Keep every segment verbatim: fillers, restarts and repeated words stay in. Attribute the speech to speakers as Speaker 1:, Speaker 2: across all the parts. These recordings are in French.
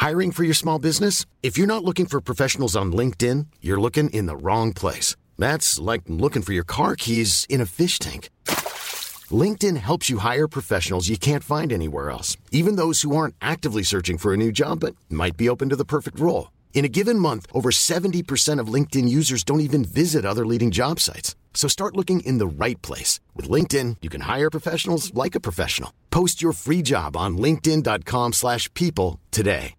Speaker 1: Hiring for your small business? If you're not looking for professionals on LinkedIn, you're looking in the wrong place. That's like looking for your car keys in a fish tank. LinkedIn helps you hire professionals you can't find anywhere else, even those who aren't actively searching for a new job but might be open to the perfect role. In a given month, over seventy percent of LinkedIn users don't even visit other leading job sites. So start looking in the right place. With LinkedIn, you can hire professionals like a professional. Post your free job on linkedin.com slash people today.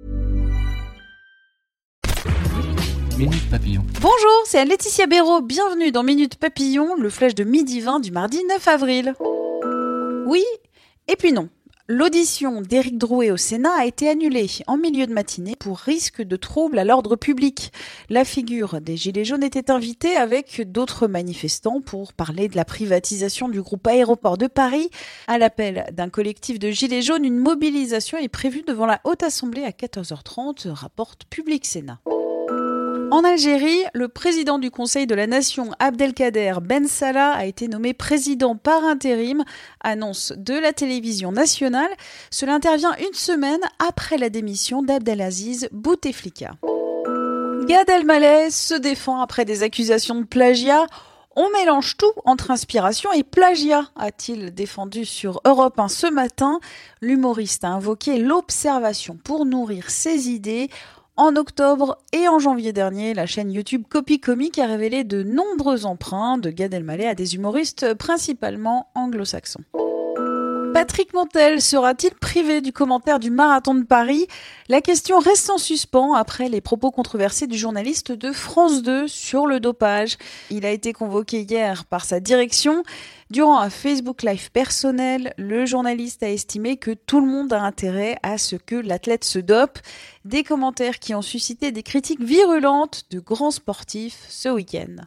Speaker 2: Minute Papillon.
Speaker 3: Bonjour, c'est Laetitia Béraud. Bienvenue dans Minute Papillon, le flash de midi vingt du mardi neuf avril. Oui, et puis non. L'audition d'Éric Drouet au Sénat a été annulée en milieu de matinée pour risque de trouble à l'ordre public. La figure des Gilets jaunes était invitée avec d'autres manifestants pour parler de la privatisation du groupe Aéroports de Paris. À l'appel d'un collectif de Gilets jaunes, une mobilisation est prévue devant la Haute Assemblée à quatorze heures trente, rapporte Public Sénat. En Algérie, le président du Conseil de la Nation, Abdelkader Ben Salah, a été nommé président par intérim, annonce de la télévision nationale. Cela intervient une semaine après la démission d'Abdelaziz Bouteflika. Gad Elmaleh se défend après des accusations de plagiat. On mélange tout entre inspiration et plagiat, a-t-il défendu sur Europe un ce matin. L'humoriste a invoqué l'observation pour nourrir ses idées. En octobre et en janvier dernier, la chaîne YouTube Copy Comic a révélé de nombreux emprunts de Gad Elmaleh à des humoristes principalement anglo-saxons. Patrick Montel sera-t-il privé du commentaire du Marathon de Paris ? La question reste en suspens après les propos controversés du journaliste de France deux sur le dopage. Il a été convoqué hier par sa direction. Durant un Facebook Live personnel, le journaliste a estimé que tout le monde a intérêt à ce que l'athlète se dope. Des commentaires qui ont suscité des critiques virulentes de grands sportifs ce week-end.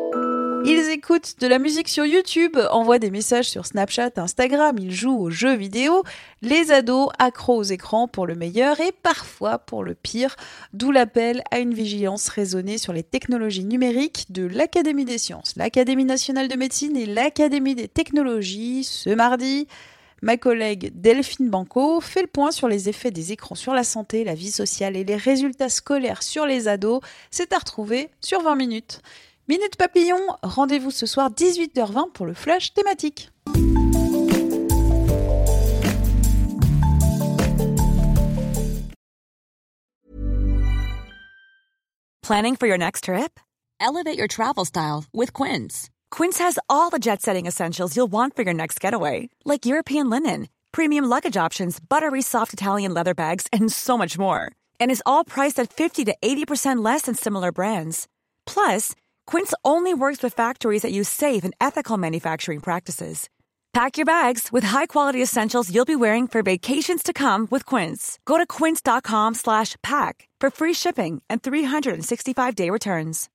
Speaker 3: Ils écoutent de la musique sur YouTube, envoient des messages sur Snapchat, Instagram, ils jouent aux jeux vidéo. Les ados accros aux écrans pour le meilleur et parfois pour le pire, d'où l'appel à une vigilance raisonnée sur les technologies numériques de l'Académie des sciences, l'Académie nationale de médecine et l'Académie des technologies ce mardi. Ma collègue Delphine Banco fait le point sur les effets des écrans sur la santé, la vie sociale et les résultats scolaires sur les ados. C'est à retrouver sur vingt minutes. Minute Papillon, rendez-vous ce soir dix-huit heures vingt pour le flash thématique.
Speaker 4: Planning for your next trip? Elevate your travel style with Quince. Quince has all the jet-setting essentials you'll want for your next getaway, like European linen, premium luggage options, buttery soft Italian leather bags, and so much more. And is all priced at fifty to eighty percent less than similar brands. Plus, Quince only works with factories that use safe and ethical manufacturing practices. Pack your bags with high-quality essentials you'll be wearing for vacations to come with Quince. Go to quince.com slash pack for free shipping and three sixty-five day returns.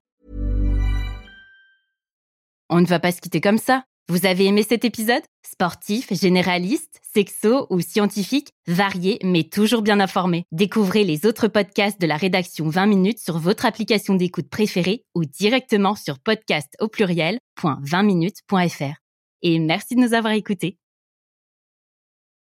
Speaker 5: On ne va pas se quitter comme ça. Vous avez aimé cet épisode ? Sportif, généraliste, sexo ou scientifique, varié mais toujours bien informé. Découvrez les autres podcasts de la rédaction vingt minutes sur votre application d'écoute préférée ou directement sur podcast au pluriel point vingt minutes point f r. Et merci de nous avoir écoutés.